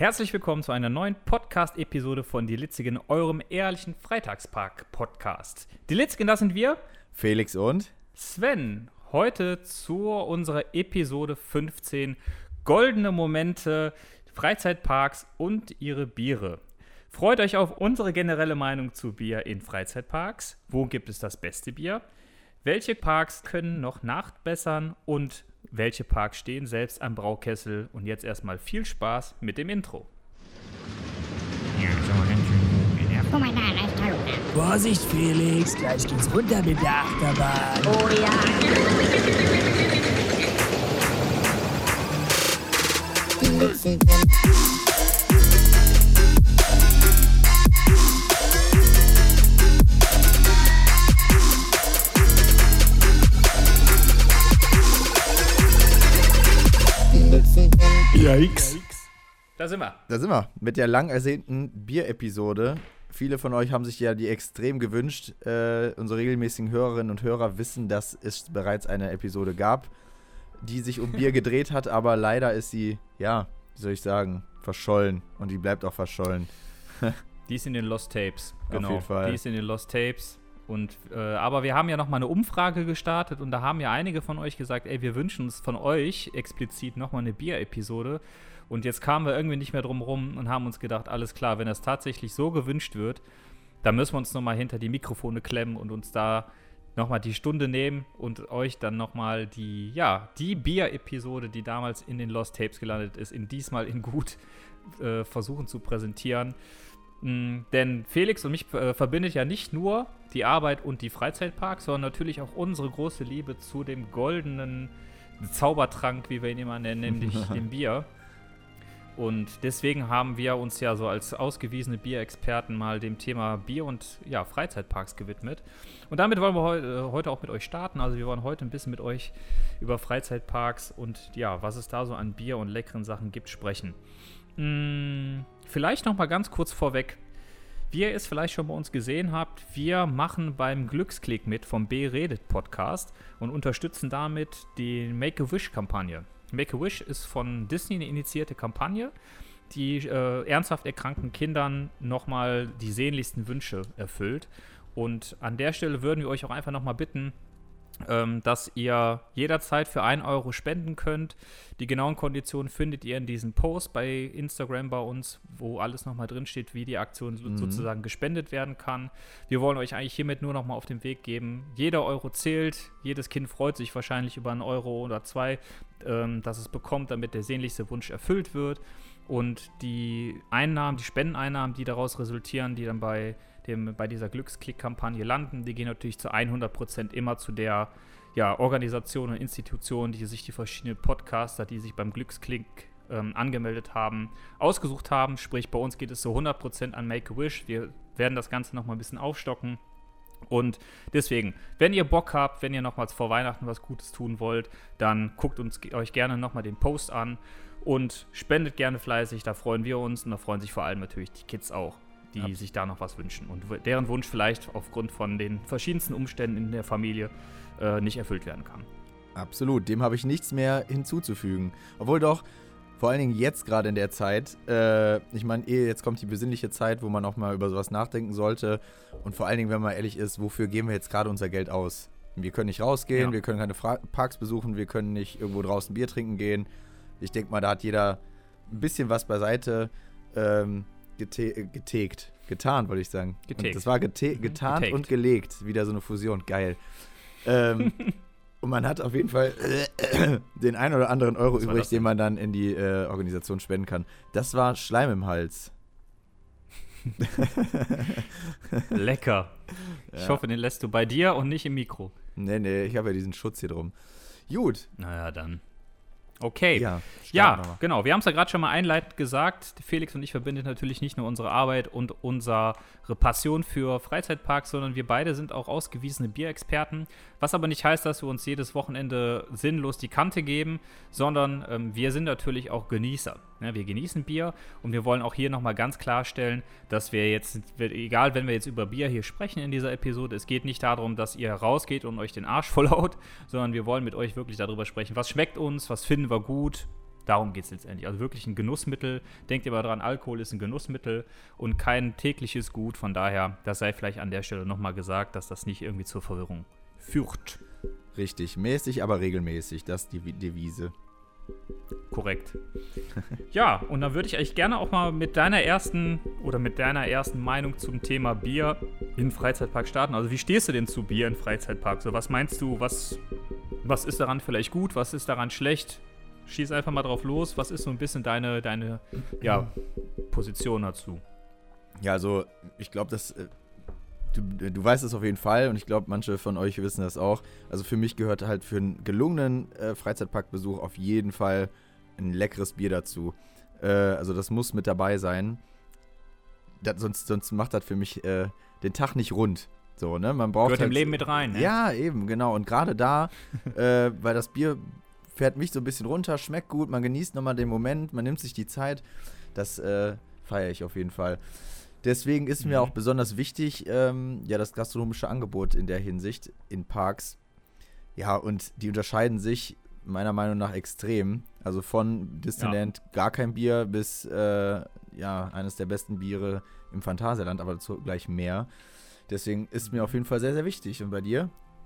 Herzlich willkommen zu einer neuen Podcast-Episode von Die Litzigen, eurem ehrlichen Freitagspark-Podcast. Die Litzigen, das sind wir, Felix und Sven. Heute zu unserer Episode 15, goldene Momente, Freizeitparks und ihre Biere. Freut euch auf unsere generelle Meinung zu Bier in Freizeitparks. Wo gibt es das beste Bier? Welche Parks können noch nachbessern und welche Parks stehen selbst am Braukessel? Und jetzt erstmal viel Spaß mit dem Intro. Ja, so ganz schön gut. Ja, guck mal da ist Hallo. Vorsicht, Felix, gleich geht's runter mit der Achterbahn. Oh ja. Yikes. Da sind wir. Da sind wir mit der lang ersehnten Bier-Episode. Viele von euch haben sich ja die extrem gewünscht. Unsere regelmäßigen Hörerinnen und Hörer wissen, dass es bereits eine Episode gab, die sich um Bier gedreht hat, aber leider ist sie, ja, wie soll ich sagen, verschollen. Und die bleibt auch verschollen. Die ist in den Lost Tapes. Genau. Auf jeden Fall. Die ist in den Lost Tapes. Und, aber wir haben ja nochmal eine Umfrage gestartet und da haben ja einige von euch gesagt, ey, wir wünschen uns von euch explizit nochmal eine Bier-Episode. Und jetzt kamen wir irgendwie nicht mehr drum rum und haben uns gedacht, alles klar, wenn das tatsächlich so gewünscht wird, dann müssen wir uns nochmal hinter die Mikrofone klemmen und uns da nochmal die Stunde nehmen und euch dann nochmal die Bier-Episode, die damals in den Lost Tapes gelandet ist, diesmal in gut versuchen zu präsentieren. Denn Felix und mich verbindet ja nicht nur die Arbeit und die Freizeitparks, sondern natürlich auch unsere große Liebe zu dem goldenen Zaubertrank, wie wir ihn immer nennen, nämlich dem Bier. Und deswegen haben wir uns ja so als ausgewiesene Bierexperten mal dem Thema Bier und ja, Freizeitparks gewidmet. Und damit wollen wir heute auch mit euch starten. Also wir wollen heute ein bisschen mit euch über Freizeitparks und ja, was es da so an Bier und leckeren Sachen gibt, sprechen. Vielleicht noch mal ganz kurz vorweg. Wie ihr es vielleicht schon bei uns gesehen habt, wir machen beim Glücksklick mit vom B-Redet Podcast und unterstützen damit die Make-A-Wish-Kampagne. Make-A-Wish ist von Disney eine initiierte Kampagne, die ernsthaft erkrankten Kindern nochmal die sehnlichsten Wünsche erfüllt. Und an der Stelle würden wir euch auch einfach nochmal bitten, dass ihr jederzeit für 1 Euro spenden könnt. Die genauen Konditionen findet ihr in diesem Post bei Instagram bei uns, wo alles nochmal drin steht, wie die Aktion sozusagen gespendet werden kann. Wir wollen euch eigentlich hiermit nur nochmal auf den Weg geben. Jeder Euro zählt. Jedes Kind freut sich wahrscheinlich über 1 Euro oder 2, dass es bekommt, damit der sehnlichste Wunsch erfüllt wird. Und die Spendeneinnahmen, die daraus resultieren, die dann bei dieser Glücksklick-Kampagne landen, die gehen natürlich zu 100% immer zu der Organisation und Institution, die sich die verschiedenen Podcaster, die sich beim Glücksklick angemeldet haben, ausgesucht haben. Sprich, bei uns geht es zu 100% an Make-A-Wish. Wir werden das Ganze nochmal ein bisschen aufstocken. Und deswegen, wenn ihr Bock habt, wenn ihr nochmals vor Weihnachten was Gutes tun wollt, dann guckt euch gerne nochmal den Post an und spendet gerne fleißig, da freuen wir uns und da freuen sich vor allem natürlich die Kids auch, die sich da noch was wünschen und deren Wunsch vielleicht aufgrund von den verschiedensten Umständen in der Familie nicht erfüllt werden kann. Absolut, dem habe ich nichts mehr hinzuzufügen. Obwohl doch, vor allen Dingen jetzt gerade in der Zeit, ich meine, jetzt kommt die besinnliche Zeit, wo man auch mal über sowas nachdenken sollte. Und vor allen Dingen, wenn man ehrlich ist, wofür geben wir jetzt gerade unser Geld aus? Wir können nicht rausgehen, wir können keine Parks besuchen, wir können nicht irgendwo draußen Bier trinken gehen. Ich denke mal, da hat jeder ein bisschen was beiseite getan, wollte ich sagen. Und das war getarnt und gelegt. Wieder so eine Fusion. Geil. Und man hat auf jeden Fall den einen oder anderen Euro übrig, den man dann in die Organisation spenden kann. Das war Schleim im Hals. Lecker. Ja. Ich hoffe, den lässt du bei dir und nicht im Mikro. Nee, ich habe ja diesen Schutz hier drum. Gut. Naja, dann. Okay. Ja, genau. Wir haben es ja gerade schon mal einleitend gesagt. Felix und ich verbinden natürlich nicht nur unsere Arbeit und unsere Passion für Freizeitparks, sondern wir beide sind auch ausgewiesene Bierexperten. Was aber nicht heißt, dass wir uns jedes Wochenende sinnlos die Kante geben, sondern wir sind natürlich auch Genießer. Ja, wir genießen Bier und wir wollen auch hier nochmal ganz klarstellen, dass wir jetzt, egal wenn wir jetzt über Bier hier sprechen in dieser Episode, es geht nicht darum, dass ihr rausgeht und euch den Arsch vollhaut, sondern wir wollen mit euch wirklich darüber sprechen, was schmeckt uns, was finden wir gut, Darum geht es letztendlich. Also wirklich ein Genussmittel. Denkt immer dran, Alkohol ist ein Genussmittel und kein tägliches Gut. Von daher, das sei vielleicht an der Stelle nochmal gesagt, dass das nicht irgendwie zur Verwirrung führt. Richtig, mäßig, aber regelmäßig. Das ist die Devise. Korrekt. Ja, und dann würde ich eigentlich gerne auch mal mit deiner ersten Meinung zum Thema Bier in Freizeitpark starten. Also wie stehst du denn zu Bier in Freizeitpark? So, was meinst du, was ist daran vielleicht gut, was ist daran schlecht? Schieß einfach mal drauf los. Was ist so ein bisschen deine Position dazu? Ja, also ich glaube, dass du weißt es auf jeden Fall und ich glaube, manche von euch wissen das auch. Also für mich gehört halt für einen gelungenen Freizeitparkbesuch auf jeden Fall ein leckeres Bier dazu. Also das muss mit dabei sein. Sonst macht das für mich den Tag nicht rund. So, ne? Man braucht gehört halt, im Leben mit rein, ne? Ja, eben, genau. Und gerade da, weil das Bier fährt mich so ein bisschen runter, schmeckt gut, man genießt nochmal den Moment, man nimmt sich die Zeit. Das feiere ich auf jeden Fall. Deswegen ist mir auch besonders wichtig, das gastronomische Angebot in der Hinsicht in Parks. Ja, und die unterscheiden sich meiner Meinung nach extrem. Also von Disneyland gar kein Bier bis eines der besten Biere im Phantasialand, aber zugleich mehr. Deswegen ist mir auf jeden Fall sehr, sehr wichtig. Und bei dir?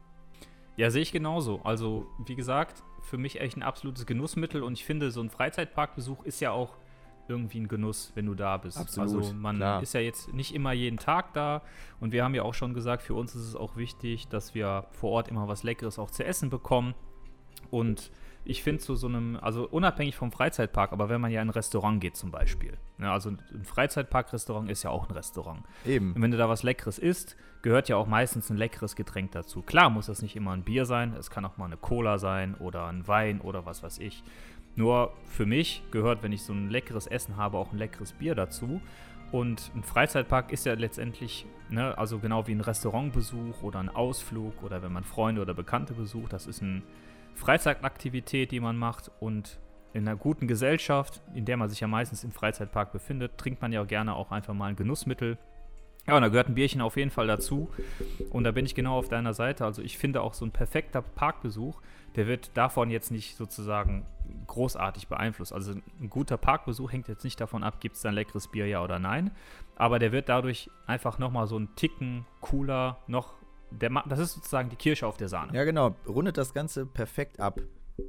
Ja, sehe ich genauso. Also, wie gesagt, für mich echt ein absolutes Genussmittel und ich finde, so ein Freizeitparkbesuch ist ja auch irgendwie ein Genuss, wenn du da bist. Absolut, also man klar. ist ja jetzt nicht immer jeden Tag da und wir haben ja auch schon gesagt, für uns ist es auch wichtig, dass wir vor Ort immer was Leckeres auch zu essen bekommen und ich finde zu so einem, also unabhängig vom Freizeitpark, aber wenn man ja in ein Restaurant geht zum Beispiel, ne, also ein Freizeitpark-Restaurant ist ja auch ein Restaurant. Eben. Und wenn du da was Leckeres isst, gehört ja auch meistens ein leckeres Getränk dazu. Klar muss das nicht immer ein Bier sein, es kann auch mal eine Cola sein oder ein Wein oder was weiß ich. Nur für mich gehört, wenn ich so ein leckeres Essen habe, auch ein leckeres Bier dazu. Und ein Freizeitpark ist ja letztendlich, ne, also genau wie ein Restaurantbesuch oder ein Ausflug oder wenn man Freunde oder Bekannte besucht, das ist eine Freizeitaktivität, die man macht und in einer guten Gesellschaft, in der man sich ja meistens im Freizeitpark befindet, trinkt man ja auch gerne auch einfach mal ein Genussmittel. Ja, und da gehört ein Bierchen auf jeden Fall dazu. Und da bin ich genau auf deiner Seite. Also ich finde auch so ein perfekter Parkbesuch, der wird davon jetzt nicht sozusagen großartig beeinflusst. Also ein guter Parkbesuch hängt jetzt nicht davon ab, gibt es da ein leckeres Bier, ja oder nein. Aber der wird dadurch einfach nochmal so einen Ticken cooler, das ist sozusagen die Kirsche auf der Sahne. Ja, genau. Rundet das Ganze perfekt ab.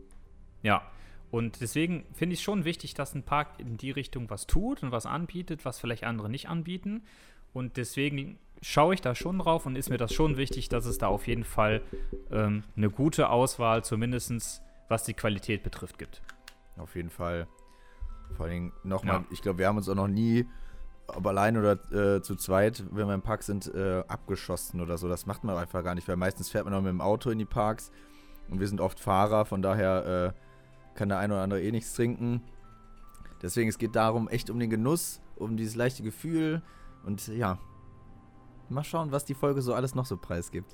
Ja, und deswegen finde ich es schon wichtig, dass ein Park in die Richtung was tut und was anbietet, was vielleicht andere nicht anbieten. Und deswegen schaue ich da schon drauf und ist mir das schon wichtig, dass es da auf jeden Fall eine gute Auswahl, zumindest was die Qualität betrifft, gibt. Auf jeden Fall. Vor allen Dingen nochmal, Ich glaube, wir haben uns auch noch nie, ob allein oder zu zweit, wenn wir im Park sind, abgeschossen oder so. Das macht man einfach gar nicht, weil meistens fährt man noch mit dem Auto in die Parks und wir sind oft Fahrer, von daher kann der eine oder andere nichts trinken. Deswegen, es geht darum, echt um den Genuss, um dieses leichte Gefühl und ja, mal schauen, was die Folge so alles noch so preisgibt.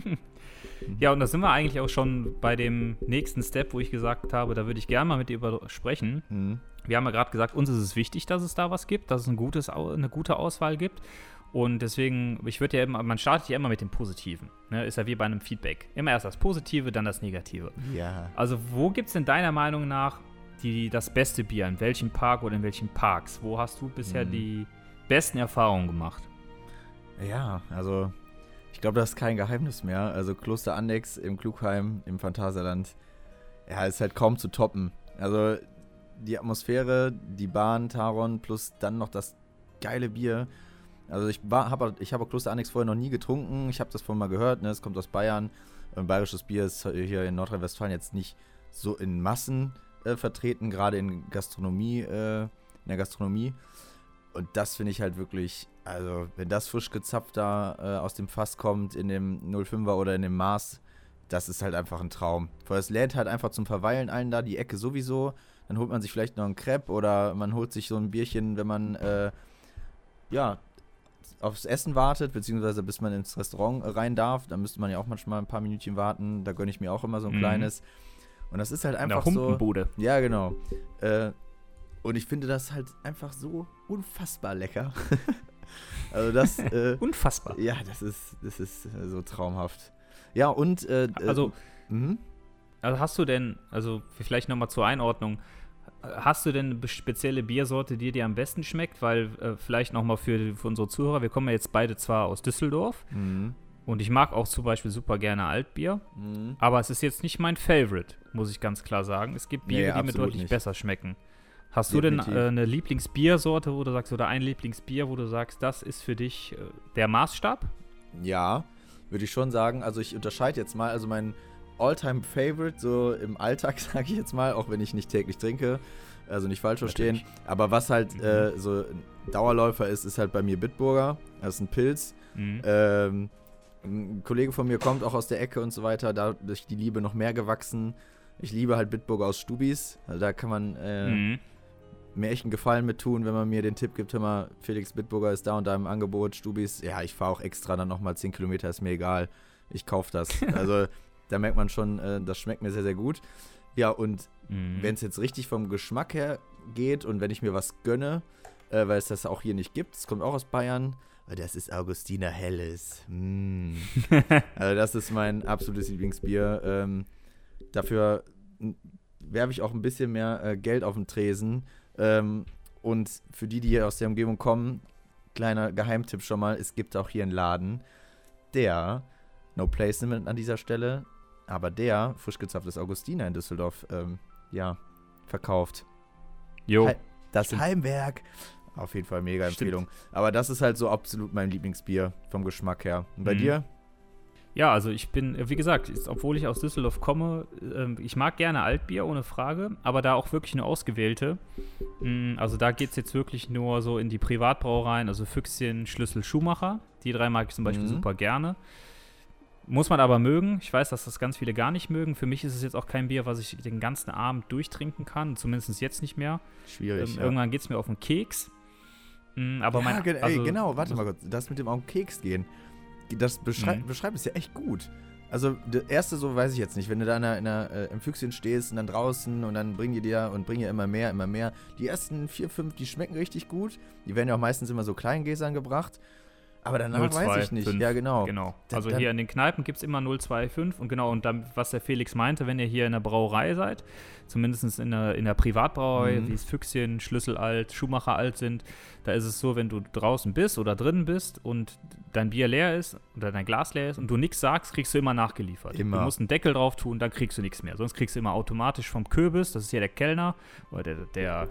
Ja, und da sind wir eigentlich auch schon bei dem nächsten Step, wo ich gesagt habe, da würde ich gerne mal mit dir über sprechen. Wir haben ja gerade gesagt, uns ist es wichtig, dass es da was gibt, dass es eine gute Auswahl gibt. Und deswegen, man startet ja immer mit dem Positiven. Ne? Ist ja wie bei einem Feedback. Immer erst das Positive, dann das Negative. Ja. Also, wo gibt es denn deiner Meinung nach das beste Bier? In welchem Park oder in welchen Parks? Wo hast du bisher die besten Erfahrungen gemacht? Ja, also ich glaube, das ist kein Geheimnis mehr. Also Kloster Andex im Klugheim, im Phantasialand, ja, ist halt kaum zu toppen. Also die Atmosphäre, die Bahn, Taron plus dann noch das geile Bier. Also ich habe Kloster Andex vorher noch nie getrunken. Ich habe das vorhin mal gehört, ne? Es kommt aus Bayern. Bayerisches Bier ist hier in Nordrhein-Westfalen jetzt nicht so in Massen vertreten, gerade in der Gastronomie. Und das finde ich halt wirklich, also wenn das frisch gezapft da aus dem Fass kommt, in dem 05er oder in dem Maß, das ist halt einfach ein Traum. Weil es lädt halt einfach zum Verweilen allen da, die Ecke sowieso. Dann holt man sich vielleicht noch einen Crepe oder man holt sich so ein Bierchen, wenn man aufs Essen wartet, beziehungsweise bis man ins Restaurant rein darf. Da müsste man ja auch manchmal ein paar Minütchen warten. Da gönne ich mir auch immer so ein kleines. Und das ist halt einfach so. Humpenbude. Ja, genau. Und ich finde das halt einfach so unfassbar lecker. Also das unfassbar. Ja, das ist so traumhaft. Ja, und also hast du denn, also vielleicht nochmal zur Einordnung, Hast du denn eine spezielle Biersorte, die dir am besten schmeckt? Weil vielleicht nochmal für unsere Zuhörer, wir kommen ja jetzt beide zwar aus Düsseldorf und ich mag auch zum Beispiel super gerne Altbier, aber es ist jetzt nicht mein Favorite, muss ich ganz klar sagen. Es gibt Biere, die mir deutlich besser schmecken. Hast du denn eine Lieblingsbiersorte, wo du sagst, oder ein Lieblingsbier, wo du sagst, das ist für dich der Maßstab? Ja, würde ich schon sagen. Also ich unterscheide jetzt mal, also mein All-Time-Favorite, so im Alltag, sage ich jetzt mal, auch wenn ich nicht täglich trinke, also nicht falsch verstehen. Aber was halt so ein Dauerläufer ist halt bei mir Bitburger. Das ist ein Pilz. Ein Kollege von mir kommt auch aus der Ecke und so weiter, dadurch die Liebe noch mehr gewachsen. Ich liebe halt Bitburger aus Stubis. Also da kann man mir echt einen Gefallen mit tun, wenn man mir den Tipp gibt, hör mal, Felix, Bitburger ist da und da im Angebot, Stubis. Ja, ich fahre auch extra dann nochmal 10 Kilometer, ist mir egal. Ich kaufe das. Also da merkt man schon, das schmeckt mir sehr, sehr gut. Ja, und wenn es jetzt richtig vom Geschmack her geht und wenn ich mir was gönne, weil es das auch hier nicht gibt, es kommt auch aus Bayern, das ist Augustiner Helles. Also das ist mein absolutes Lieblingsbier. Dafür werfe ich auch ein bisschen mehr Geld auf den Tresen. Und für die hier aus der Umgebung kommen, kleiner Geheimtipp schon mal, es gibt auch hier einen Laden, der, no placement an dieser Stelle, aber der frisch gezapftes Augustiner in Düsseldorf, verkauft. Jo. Das Heimwerk. Auf jeden Fall mega Empfehlung. Aber das ist halt so absolut mein Lieblingsbier vom Geschmack her. Und bei dir? Ja, also ich bin, wie gesagt, obwohl ich aus Düsseldorf komme, ich mag gerne Altbier, ohne Frage, aber da auch wirklich nur ausgewählte. Also da geht es jetzt wirklich nur so in die Privatbrauereien, also Füchschen, Schlüssel, Schumacher. Die drei mag ich zum Beispiel super gerne. Muss man aber mögen. Ich weiß, dass das ganz viele gar nicht mögen. Für mich ist es jetzt auch kein Bier, was ich den ganzen Abend durchtrinken kann. Zumindest jetzt nicht mehr. Schwierig, Irgendwann geht es mir auf den Keks. Aber genau, warte mal kurz. Das mit dem auf den Keks gehen, das beschreibt es ja echt gut. Also, das erste, so weiß ich jetzt nicht, wenn du da im Füchschen stehst und dann draußen und dann bringen ja immer mehr. Die ersten 4, 5, die schmecken richtig gut. Die werden ja auch meistens immer so kleinen Gläsern gebracht. Aber danach 0, 2, weiß ich nicht. 5. Ja, genau. Also hier in den Kneipen gibt es immer 0, 2, 5 und genau, und dann, was der Felix meinte, wenn ihr hier in der Brauerei seid, zumindest in der Privatbrauerei, wie es Füchschen, Schlüssel alt, Schumacher alt sind, da ist es so, wenn du draußen bist oder drinnen bist und dein Bier leer ist oder dein Glas leer ist und du nichts sagst, kriegst du immer nachgeliefert. Immer. Du musst einen Deckel drauf tun, dann kriegst du nichts mehr. Sonst kriegst du immer automatisch vom Kürbis, das ist ja der Kellner oder der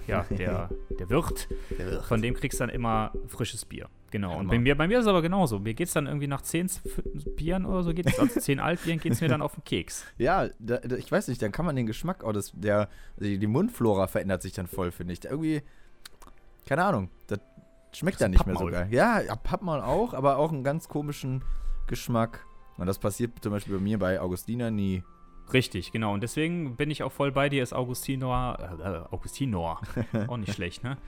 Wirt, von dem kriegst du dann immer frisches Bier. Genau, ja, und bei mir ist es aber genauso. Mir geht es dann irgendwie nach 10 Bieren oder so, also 10 Altbieren geht es mir dann auf den Keks. Ja, ich weiß nicht, dann kann man den Geschmack, die Mundflora verändert sich dann voll, finde ich. Irgendwie, keine Ahnung, das schmeckt dann nicht mehr so geil. Ja, Pappmaul auch, aber auch einen ganz komischen Geschmack. Und das passiert zum Beispiel bei mir bei Augustiner nie. Richtig, genau. Und deswegen bin ich auch voll bei dir, ist Augustiner, auch nicht schlecht, ne?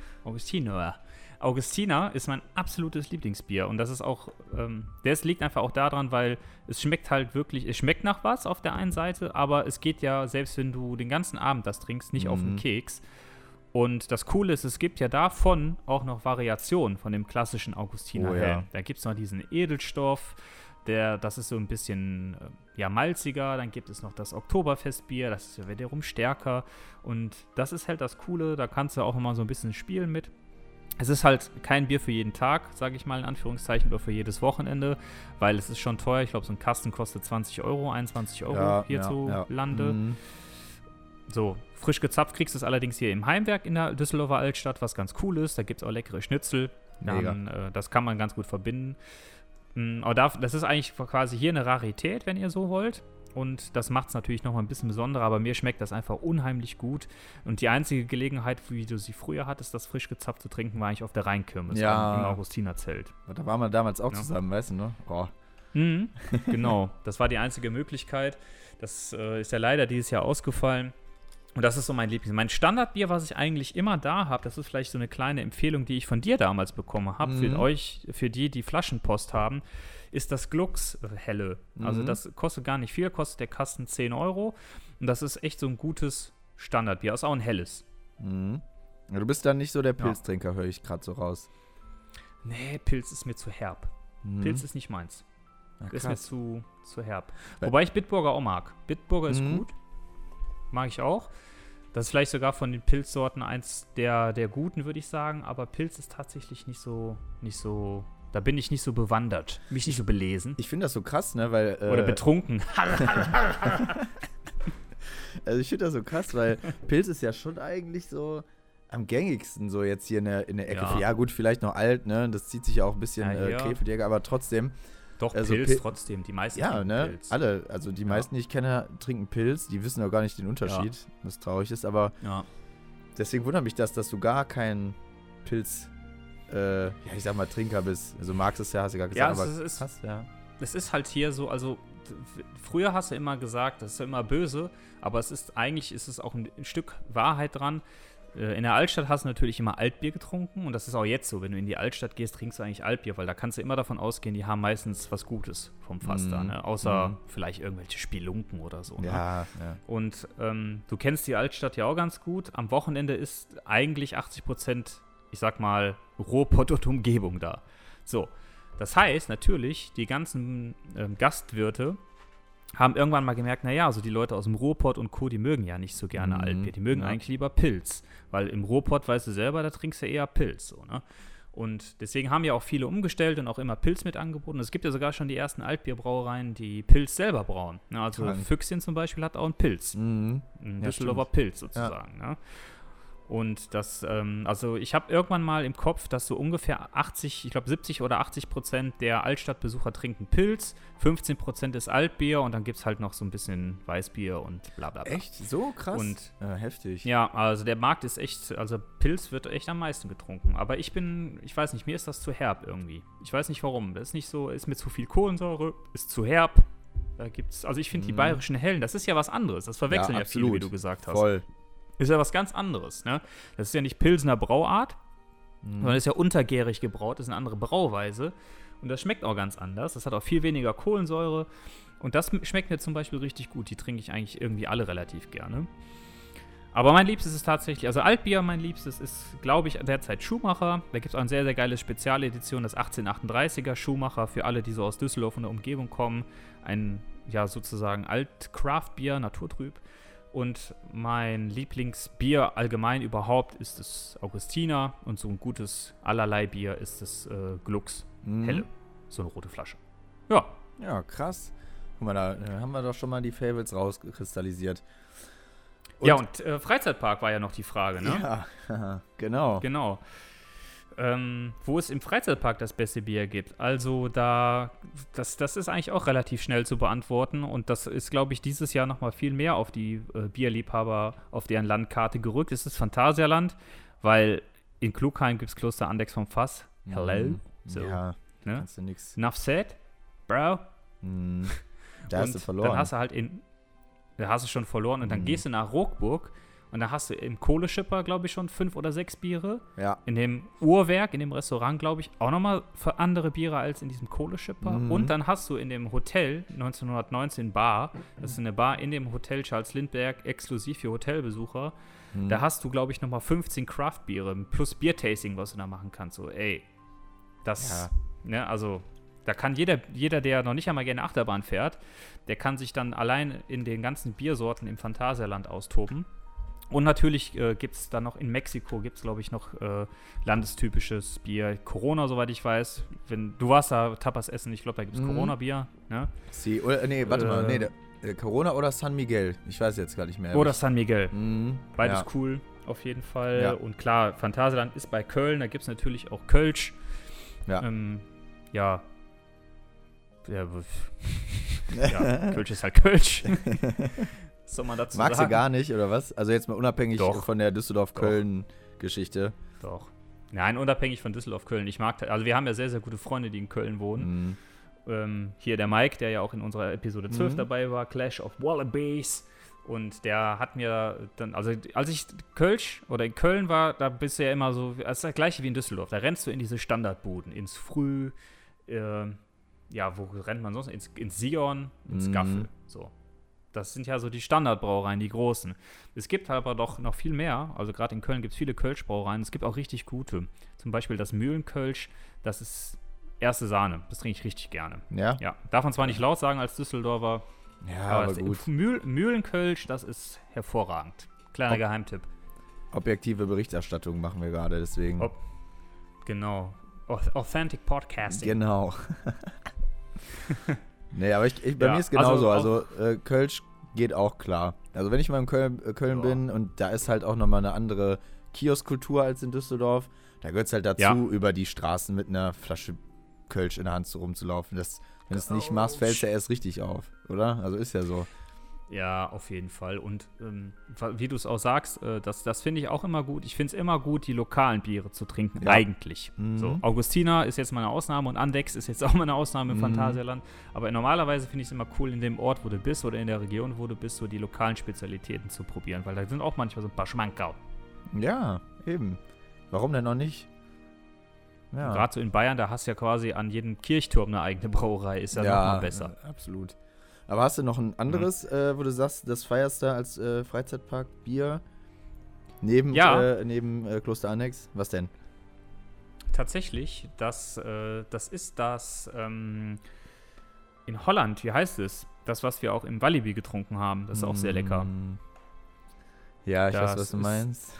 Augustiner ist mein absolutes Lieblingsbier und das ist auch, das liegt einfach auch daran, weil es schmeckt halt wirklich, es schmeckt nach was auf der einen Seite, aber es geht ja, selbst wenn du den ganzen Abend das trinkst, nicht auf den Keks. Und das Coole ist, es gibt ja davon auch noch Variationen von dem klassischen Augustiner Hell. Ja. Da gibt es noch diesen Edelstoff, das ist so ein bisschen malziger, dann gibt es noch das Oktoberfestbier, das ist ja wiederum stärker und das ist halt das Coole, da kannst du auch immer so ein bisschen spielen mit. Es ist halt kein Bier für jeden Tag, sage ich mal in Anführungszeichen, oder für jedes Wochenende, weil es ist schon teuer. Ich glaube, so ein Kasten kostet 20 Euro, 21 Euro hierzulande. So, frisch gezapft kriegst du es allerdings hier im Heimwerk in der Düsseldorfer Altstadt, was ganz cool ist. Da gibt es auch leckere Schnitzel. Das kann man ganz gut verbinden. Aber das ist eigentlich quasi hier eine Rarität, wenn ihr so wollt. Und das macht es natürlich noch mal ein bisschen besonderer, aber mir schmeckt das einfach unheimlich gut. Und die einzige Gelegenheit, wie du sie früher hattest, das frisch gezapft zu trinken, war eigentlich auf der Rheinkirmes im Augustinerzelt. Da waren wir damals auch zusammen, weißt du, ne? Oh. Genau, das war die einzige Möglichkeit. Das ist ja leider dieses Jahr ausgefallen. Und das ist so mein Lieblings. Mein Standardbier, was ich eigentlich immer da habe, das ist vielleicht so eine kleine Empfehlung, die ich von dir damals bekommen habe, für die Flaschenpost haben, ist das Glux Helle. Also das kostet gar nicht viel, kostet der Kasten 10 Euro. Und das ist echt so ein gutes Standardbier. Das ist auch ein helles. Ja, du bist dann nicht so der Pilztrinker, höre ich gerade so raus. Nee, Pilz ist mir zu herb. Pilz ist nicht meins. Ist mir zu herb. Wobei ich Bitburger auch mag. Bitburger ist gut. Mag ich auch. Das ist vielleicht sogar von den Pilzsorten eins der guten, würde ich sagen. Aber Pilz ist tatsächlich nicht so, da bin ich nicht so bewandert. Mich nicht so belesen. Ich finde das so krass, ne, weil... Oder betrunken. Also ich finde das so krass, weil Pilz ist ja schon eigentlich so am gängigsten so jetzt hier in der Ecke. Ja gut, vielleicht noch alt, ne, das zieht sich ja auch ein bisschen Käfigäger, aber trotzdem. Doch, also Pilz trotzdem, die meisten ja, trinken ne, Pilz. alle, also die meisten, die ich kenne, trinken Pilz, die wissen auch gar nicht den Unterschied, was traurig ist, aber deswegen wundert mich das, dass du gar kein Pilz, ich sag mal Trinker bist. Also magst es ja, hast du gar gesagt, aber es ist halt hier so, also früher hast du immer gesagt, das ist ja immer böse, aber eigentlich ist es auch ein Stück Wahrheit dran. In der Altstadt hast du natürlich immer Altbier getrunken und das ist auch jetzt so. Wenn du in die Altstadt gehst, trinkst du eigentlich Altbier, weil da kannst du immer davon ausgehen, die haben meistens was Gutes vom Fass da, ne? Außer vielleicht irgendwelche Spelunken oder so. Ja, ne? ja. Und du kennst die Altstadt ja auch ganz gut. Am Wochenende ist eigentlich 80%, ich sag mal, Ruhrpott und Umgebung da. So, das heißt natürlich, die ganzen Gastwirte haben irgendwann mal gemerkt, naja, also die Leute aus dem Ruhrpott und Co., die mögen ja nicht so gerne Altbier. Die mögen eigentlich lieber Pilz. Weil im Ruhrpott, weißt du selber, da trinkst du eher Pilz. So, ne? Und deswegen haben ja auch viele umgestellt und auch immer Pilz mit angeboten. Es gibt ja sogar schon die ersten Altbierbrauereien, die Pilz selber brauen. Ne? Also Füchschen zum Beispiel hat auch einen Pilz. Ein Düsseldorfer Pilz sozusagen. Ne? Und das, also ich habe irgendwann mal im Kopf, dass so ungefähr 70 oder 80% der Altstadtbesucher trinken Pilz, 15% ist Altbier und dann gibt es halt noch so ein bisschen Weißbier und bla bla bla. Echt? So krass? Und heftig. Ja, also der Markt ist echt, also Pilz wird echt am meisten getrunken. Aber ich weiß nicht, mir ist das zu herb irgendwie. Ich weiß nicht warum. Das ist nicht so, ist mir zu viel Kohlensäure, ist zu herb. Da gibt's, also ich finde die bayerischen Hellen, das ist ja was anderes. Das verwechseln ja viele, wie du gesagt hast. Voll. Ist ja was ganz anderes, ne? Das ist ja nicht Pilsener Brauart, sondern ist ja untergärig gebraut, das ist eine andere Brauweise. Und das schmeckt auch ganz anders. Das hat auch viel weniger Kohlensäure. Und das schmeckt mir zum Beispiel richtig gut. Die trinke ich eigentlich irgendwie alle relativ gerne. Aber mein Liebstes ist tatsächlich, also Altbier, mein Liebstes ist, glaube ich, derzeit Schuhmacher. Da gibt es auch ein sehr, sehr geiles Spezialedition, das 1838er Schuhmacher für alle, die so aus Düsseldorf und der Umgebung kommen. Ein, ja, sozusagen Alt-Craft-Bier, naturtrüb. Und mein Lieblingsbier allgemein überhaupt ist das Augustiner und so ein gutes allerlei Bier ist das Glux Helle. So eine rote Flasche. Ja. Ja, krass. Guck mal, da haben wir doch schon mal die Favorites rauskristallisiert. Und und Freizeitpark war ja noch die Frage, ne? Ja, genau. Genau. Wo es im Freizeitpark das beste Bier gibt. Also das ist eigentlich auch relativ schnell zu beantworten und das ist, glaube ich, dieses Jahr nochmal viel mehr auf die Bierliebhaber auf deren Landkarte gerückt. Es ist Phantasialand, weil in Klugheim gibt es Kloster Andex vom Fass. Hello. So, ja, ne? kannst du nix. Enough said, bro. Da hast du verloren. Dann hast du halt da hast du schon verloren und dann gehst du nach Rockburg und da hast du im Kohleschipper, glaube ich, schon 5 oder 6 Biere. Ja. In dem Uhrwerk, in dem Restaurant, glaube ich, auch nochmal für andere Biere als in diesem Kohleschipper. Und dann hast du in dem Hotel 1919 Bar, das ist eine Bar in dem Hotel Charles Lindbergh, exklusiv für Hotelbesucher. Da hast du, glaube ich, nochmal 15 Craft-Biere plus Biertasting, was du da machen kannst. So, ey, das, ne, also da kann jeder, der noch nicht einmal gerne Achterbahn fährt, der kann sich dann allein in den ganzen Biersorten im Phantasialand austoben. Und natürlich gibt es dann noch in Mexiko, glaube ich, noch landestypisches Bier. Corona, soweit ich weiß. Du warst da Tapas essen, ich glaube, da gibt es Corona-Bier. Ne? Corona oder San Miguel. Ich weiß jetzt gar nicht mehr. Oder San Miguel. Beides cool, auf jeden Fall. Ja. Und klar, Phantasialand ist bei Köln, da gibt es natürlich auch Kölsch. Ja. Ja, Kölsch ist halt Kölsch. Was soll man dazu Magst sagen? du gar nicht, oder was? Also jetzt mal unabhängig von der Düsseldorf-Köln-Geschichte. Doch. Nein, unabhängig von Düsseldorf-Köln. Also wir haben ja sehr, sehr gute Freunde, die in Köln wohnen. Hier der Mike, der ja auch in unserer Episode 12 dabei war, Clash of Wallabies. Und der hat mir dann, also als ich in Köln war, da bist du ja immer so, das ist das gleiche wie in Düsseldorf. Da rennst du in diese Standardbuden, ins Früh, wo rennt man sonst? Ins Sion, ins Gaffel, so. Das sind ja so die Standardbrauereien, die großen. Es gibt aber doch noch viel mehr. Also gerade in Köln gibt es viele Kölschbrauereien. Es gibt auch richtig gute. Zum Beispiel das Mühlenkölsch. Das ist erste Sahne. Das trinke ich richtig gerne. Ja? Ja. Darf man zwar nicht laut sagen als Düsseldorfer. Ja, aber gut. Mühlenkölsch, das ist hervorragend. Kleiner Geheimtipp. Objektive Berichterstattung machen wir gerade, deswegen. Genau. Authentic Podcasting. Genau. Nee, aber bei mir ist genauso. Also Kölsch geht auch klar. Also wenn ich mal in Köln bin und da ist halt auch nochmal eine andere Kioskkultur als in Düsseldorf, da gehört es halt dazu, über die Straßen mit einer Flasche Kölsch in der Hand rumzulaufen. Wenn du es nicht machst, fällt es ja erst richtig auf, oder? Also ist ja so. Ja, auf jeden Fall. Und wie du es auch sagst, das finde ich auch immer gut. Ich finde es immer gut, die lokalen Biere zu trinken, eigentlich. So, Augustiner ist jetzt mal eine Ausnahme und Andex ist jetzt auch mal eine Ausnahme im Phantasialand. Aber normalerweise finde ich es immer cool, in dem Ort, wo du bist oder in der Region, wo du bist, so die lokalen Spezialitäten zu probieren. Weil da sind auch manchmal so ein paar Schmankerl. Ja, eben. Warum denn noch nicht? Ja. Gerade so in Bayern, da hast du ja quasi an jedem Kirchturm eine eigene Brauerei. Ist ja nochmal besser. Ja, absolut. Aber hast du noch ein anderes, wo du sagst, das feierst du als Freizeitpark Bier neben Kloster Annex? Was denn? Tatsächlich, das ist das in Holland, wie heißt es? Das, was wir auch im Walibi getrunken haben. Das ist auch sehr lecker. Ja, ich weiß, was du meinst.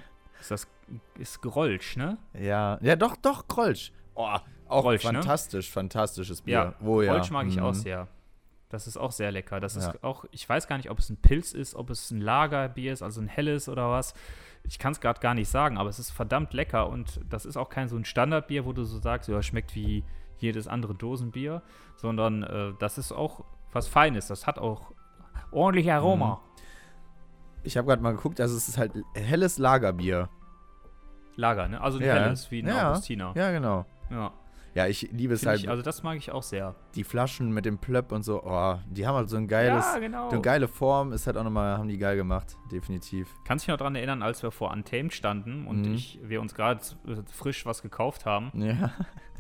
Ist Grolsch, ne? Ja, doch, Grolsch. Oh, auch Grolsch, fantastisches Bier. Ja, Grolsch mag ich auch sehr. Das ist auch sehr lecker. Das ist auch, ich weiß gar nicht, ob es ein Pilz ist, ob es ein Lagerbier ist, also ein helles oder was. Ich kann es gerade gar nicht sagen, aber es ist verdammt lecker und das ist auch kein so ein Standardbier, wo du so sagst, ja, schmeckt wie jedes andere Dosenbier, sondern das ist auch was Feines. Das hat auch ordentlich Aroma. Ich habe gerade mal geguckt, also es ist halt helles Lagerbier. Lager, ne? Also ein helles, wie ein Augustiner. Ja, genau. Ja, ich liebe es halt. Also das mag ich auch sehr. Die Flaschen mit dem Plöpp und so, die haben halt so ein geiles, eine geile Form, ist halt auch nochmal, haben die geil gemacht, definitiv. Kannst du dich noch daran erinnern, als wir vor Untamed standen und wir uns gerade frisch was gekauft haben? Ja.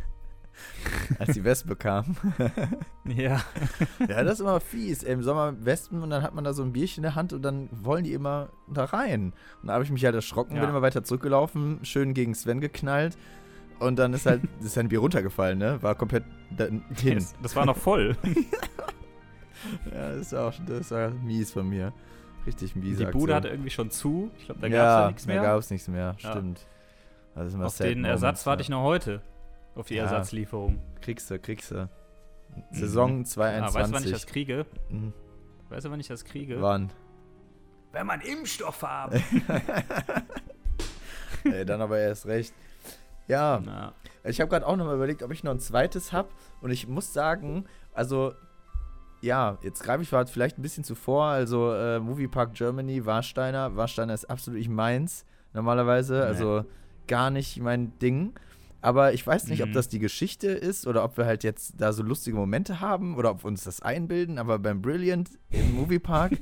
Als die Wespe kam. Ja. Ja, das ist immer fies. Im Sommer Wespen und dann hat man da so ein Bierchen in der Hand und dann wollen die immer da rein. Und da habe ich mich halt erschrocken, bin immer weiter zurückgelaufen, schön gegen Sven geknallt. Und dann ist halt ein Bier runtergefallen, ne? War komplett hin. Das war noch voll. Ja, das war mies von mir. Richtig mies. Die Bude hatte irgendwie schon zu. Ich glaube, da gab es ja nichts mehr. Da gab es nichts mehr, stimmt. Das ist immer auf den Ersatz warte ich noch heute. Auf die Ersatzlieferung. Kriegst du. Saison 2021. Weißt du, wann ich das kriege? Weißt du, wann ich das kriege? Wann? Wenn man Impfstoff haben. Ey, dann aber erst recht. Ja, ich habe gerade auch nochmal überlegt, ob ich noch ein zweites habe. Und ich muss sagen, also, ja, jetzt greife ich vielleicht ein bisschen zuvor. Also, Moviepark Germany, Warsteiner. Warsteiner ist absolut nicht meins, normalerweise. Also, gar nicht mein Ding. Aber ich weiß nicht, ob das die Geschichte ist oder ob wir halt jetzt da so lustige Momente haben oder ob wir uns das einbilden. Aber beim Brilliant im Moviepark,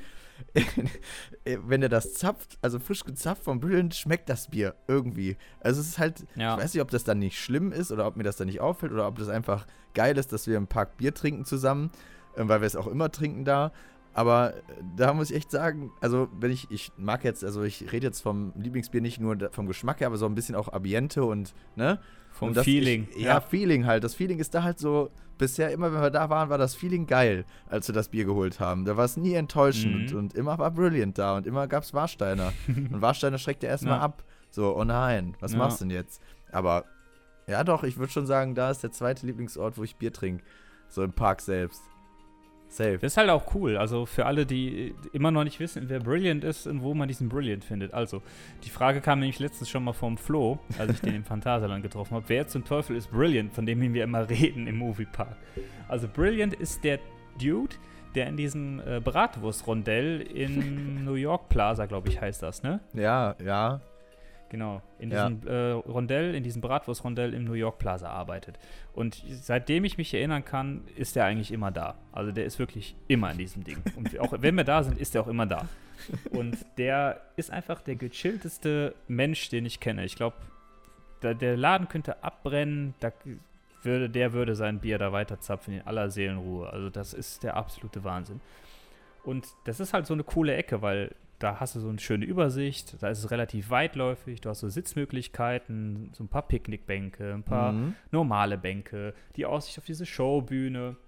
wenn er das zapft, also frisch gezapft vom Brilliant, schmeckt das Bier irgendwie. Also es ist halt, ich weiß nicht, ob das dann nicht schlimm ist oder ob mir das dann nicht auffällt oder ob das einfach geil ist, dass wir im Park Bier trinken zusammen, weil wir es auch immer trinken da. Aber da muss ich echt sagen, also ich mag jetzt, also ich rede jetzt vom Lieblingsbier nicht nur vom Geschmack her, aber so ein bisschen auch Ambiente und, ne? Vom Feeling. Feeling halt. Das Feeling ist da halt so, bisher immer, wenn wir da waren, war das Feeling geil, als wir das Bier geholt haben. Da war es nie enttäuschend und immer war Brilliant da und immer gab es Warsteiner. Und Warsteiner schreckt ja erstmal ab. So, oh nein, was machst du denn jetzt? Aber, ja doch, ich würde schon sagen, da ist der zweite Lieblingsort, wo ich Bier trinke. So im Park selbst. Safe. Das ist halt auch cool, also für alle, die immer noch nicht wissen, wer Brilliant ist und wo man diesen Brilliant findet. Also, die Frage kam nämlich letztens schon mal vom Flo, als ich den im Phantasialand getroffen habe. Wer zum Teufel ist Brilliant, von dem wir immer reden im Moviepark? Also, Brilliant ist der Dude, der in diesem Bratwurst-Rondell in New York Plaza, glaube ich, heißt das, ne? Ja. Genau, in diesem in diesem Bratwurst-Rondell im New York Plaza arbeitet. Und seitdem ich mich erinnern kann, ist der eigentlich immer da. Also der ist wirklich immer in diesem Ding. Und auch wenn wir da sind, ist der auch immer da. Und der ist einfach der gechillteste Mensch, den ich kenne. Ich glaube, der Laden könnte abbrennen, der würde sein Bier da weiterzapfen in aller Seelenruhe. Also das ist der absolute Wahnsinn. Und das ist halt so eine coole Ecke, weil da hast du so eine schöne Übersicht, da ist es relativ weitläufig, du hast so Sitzmöglichkeiten, so ein paar Picknickbänke, ein paar normale Bänke, die Aussicht auf diese Showbühne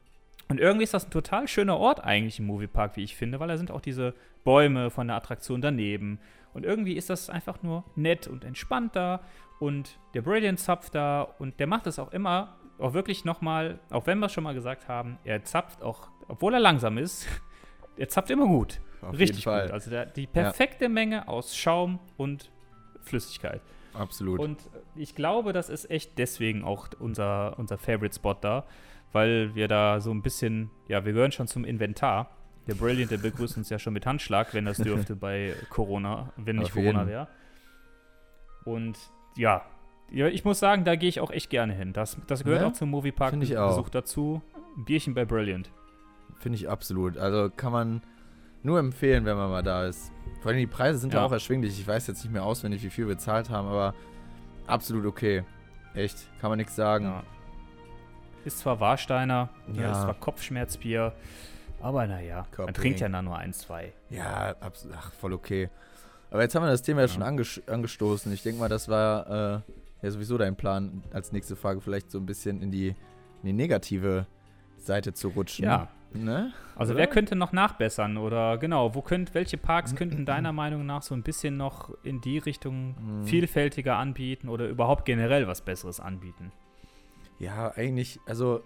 Und irgendwie ist das ein total schöner Ort eigentlich im Moviepark, wie ich finde, weil da sind auch diese Bäume von der Attraktion daneben. Und irgendwie ist das einfach nur nett und entspannt da. Und der Brilliant zapft da und der macht es auch immer, auch wirklich nochmal, auch wenn wir es schon mal gesagt haben, er zapft auch, obwohl er langsam ist, er zapft immer gut. Auf Richtig jeden Fall. gut. Also die perfekte Menge aus Schaum und Flüssigkeit. Absolut. Und ich glaube, das ist echt deswegen auch unser Favorite Spot da, weil wir da so ein bisschen, ja, wir gehören schon zum Inventar. Der Brilliant, der begrüßt uns ja schon mit Handschlag, wenn das dürfte bei Corona, wenn nicht Auf Corona jeden. wäre. Und ja, ich muss sagen, da gehe ich auch echt gerne hin. Das gehört Ja? auch zum Moviepark Finde ich auch. Besuch dazu. Ein Bierchen bei Brilliant. Finde ich absolut. Also kann man nur empfehlen, wenn man mal da ist. Vor allem die Preise sind ja Ja. auch erschwinglich. Ich weiß jetzt nicht mehr auswendig, wie viel wir bezahlt haben, aber absolut okay. Echt, kann man nichts sagen. Ja. Ist zwar Warsteiner, Ja. ist zwar Kopfschmerzbier, aber naja, man Körperring. trinkt ja dann nur 1, 2. Ja, voll okay. Aber jetzt haben wir das Thema ja schon angestoßen. Ich denke mal, das war ja sowieso dein Plan, als nächste Frage vielleicht so ein bisschen in die negative Seite zu rutschen. Ja. Ne? Also Oder? wer könnte noch nachbessern oder genau, welche Parks könnten deiner Meinung nach so ein bisschen noch in die Richtung vielfältiger anbieten oder überhaupt generell was Besseres anbieten? Ja, eigentlich, also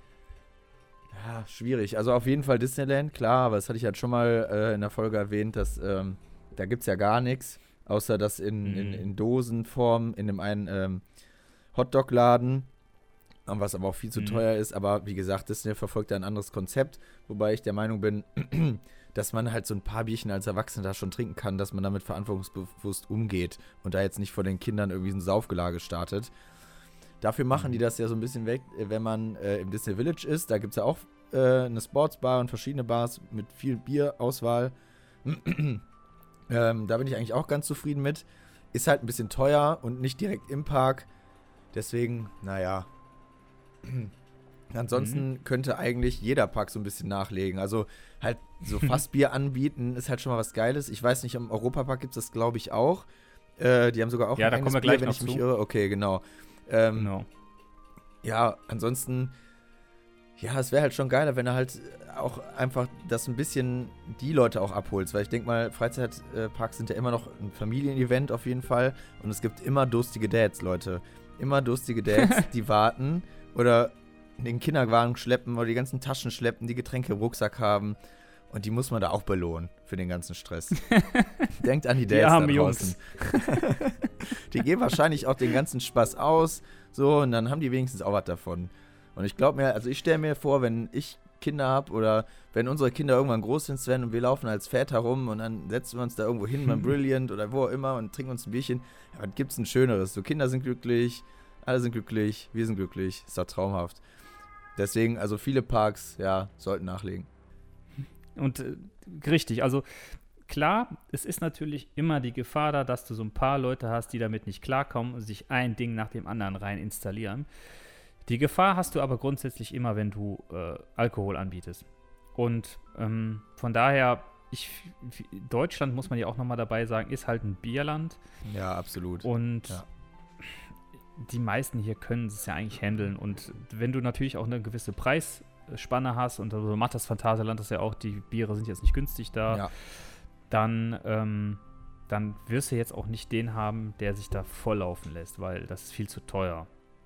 ja, schwierig. Also auf jeden Fall Disneyland, klar, aber das hatte ich halt schon mal in der Folge erwähnt, dass da gibt es ja gar nichts, außer das in Dosenform in dem einen Hotdog-Laden, was aber auch viel zu teuer ist. Aber wie gesagt, Disney verfolgt da ein anderes Konzept, wobei ich der Meinung bin, dass man halt so ein paar Bierchen als Erwachsener da schon trinken kann, dass man damit verantwortungsbewusst umgeht und da jetzt nicht vor den Kindern irgendwie ein Saufgelage startet. Dafür machen die das ja so ein bisschen weg, wenn man im Disney Village ist. Da gibt es ja auch eine Sportsbar und verschiedene Bars mit viel Bierauswahl. Da bin ich eigentlich auch ganz zufrieden mit. Ist halt ein bisschen teuer und nicht direkt im Park. Deswegen, naja. Ansonsten könnte eigentlich jeder Park so ein bisschen nachlegen. Also halt so Fassbier anbieten ist halt schon mal was Geiles. Ich weiß nicht, im Europapark gibt es das, glaube ich, auch. Die haben sogar auch Ja, ein da eigenes kommen wir gleich Bier, wenn noch ich mich zu. irre. Okay, genau. Genau. Ja, ansonsten, ja, es wäre halt schon geiler, wenn du halt auch einfach das ein bisschen die Leute auch abholst, weil ich denke mal, Freizeitparks sind ja immer noch ein Familienevent auf jeden Fall und es gibt immer durstige Dads, Leute. Immer durstige Dads, die warten oder den Kinderwagen schleppen oder die ganzen Taschen schleppen, die Getränke im Rucksack haben und die muss man da auch belohnen für den ganzen Stress. Denkt an die Dads da armen draußen. Die geben wahrscheinlich auch den ganzen Spaß aus, so, und dann haben die wenigstens auch was davon. Und ich glaube mir, also ich stelle mir vor, wenn ich Kinder habe oder wenn unsere Kinder irgendwann groß sind, Sven, und wir laufen als Väter rum und dann setzen wir uns da irgendwo hin beim Brilliant oder wo auch immer und trinken uns ein Bierchen. Ja, was gibt's ein Schöneres? So, Kinder sind glücklich, alle sind glücklich, wir sind glücklich, ist doch traumhaft. Deswegen, also viele Parks, ja, sollten nachlegen. Und richtig, also klar, es ist natürlich immer die Gefahr da, dass du so ein paar Leute hast, die damit nicht klarkommen und sich ein Ding nach dem anderen rein installieren. Die Gefahr hast du aber grundsätzlich immer, wenn du Alkohol anbietest. Und von daher, Deutschland, muss man ja auch nochmal dabei sagen, ist halt ein Bierland. Ja, absolut. Und Ja. die meisten hier können es ja eigentlich handeln. Und wenn du natürlich auch eine gewisse Preisspanne hast, und so macht das Phantasialand das ja auch, die Biere sind jetzt nicht günstig da, Ja. dann wirst du jetzt auch nicht den haben, der sich da volllaufen lässt, weil das ist viel zu teuer.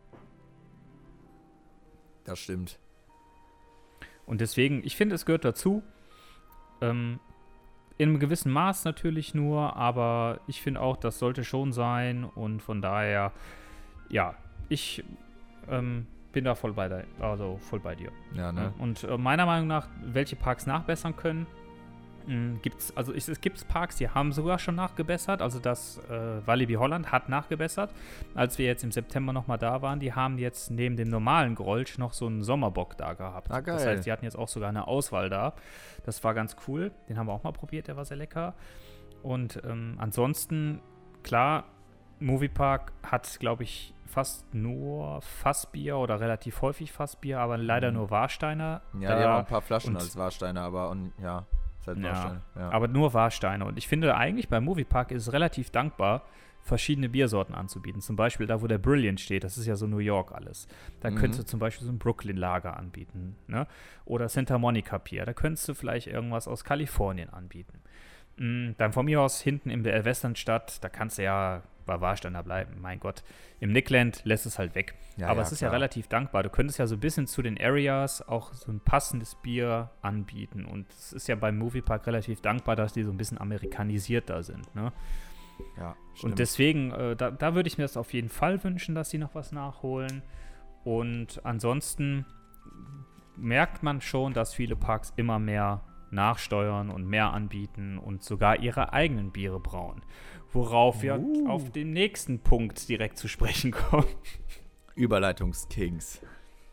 Das stimmt. Und deswegen, ich finde, es gehört dazu. In einem gewissen Maß natürlich nur, aber ich finde auch, das sollte schon sein. Und von daher, ja, ich bin da voll bei dir. Ja, ne? Und meiner Meinung nach, welche Parks nachbessern können, es gibt Parks, die haben sogar schon nachgebessert. Also das Walibi Holland hat nachgebessert. Als wir jetzt im September nochmal da waren, die haben jetzt neben dem normalen Grolsch noch so einen Sommerbock da gehabt. Ah, geil. Das heißt, die hatten jetzt auch sogar eine Auswahl da. Das war ganz cool. Den haben wir auch mal probiert, der war sehr lecker. Und ansonsten, klar, Moviepark hat, glaube ich, fast nur Fassbier oder relativ häufig Fassbier, aber leider nur Warsteiner. Ja, die haben auch ein paar und- Flaschen als Warsteiner, aber ja. Ist halt Warstein. Ja. Aber nur Warsteiner. Und ich finde eigentlich beim Moviepark ist es relativ dankbar, verschiedene Biersorten anzubieten. Zum Beispiel da, wo der Brilliant steht, das ist ja so New York alles. Da könntest du zum Beispiel so ein Brooklyn-Lager anbieten, ne? Oder Santa Monica Pier. Da könntest du vielleicht irgendwas aus Kalifornien anbieten. Dann von mir aus hinten in der Westernstadt, da kannst du ja bei Warsteiner bleiben, mein Gott. Im Nickland lässt es halt weg. Ja, aber ja, es ist klar. ja relativ dankbar. Du könntest ja so ein bisschen zu den Areas auch so ein passendes Bier anbieten. Und es ist ja beim Moviepark relativ dankbar, dass die so ein bisschen amerikanisiert da sind, ne? Ja, stimmt. Und deswegen, da würde ich mir das auf jeden Fall wünschen, dass sie noch was nachholen. Und ansonsten merkt man schon, dass viele Parks immer mehr nachsteuern und mehr anbieten und sogar ihre eigenen Biere brauen. Worauf wir auf den nächsten Punkt direkt zu sprechen kommen. Überleitungskings.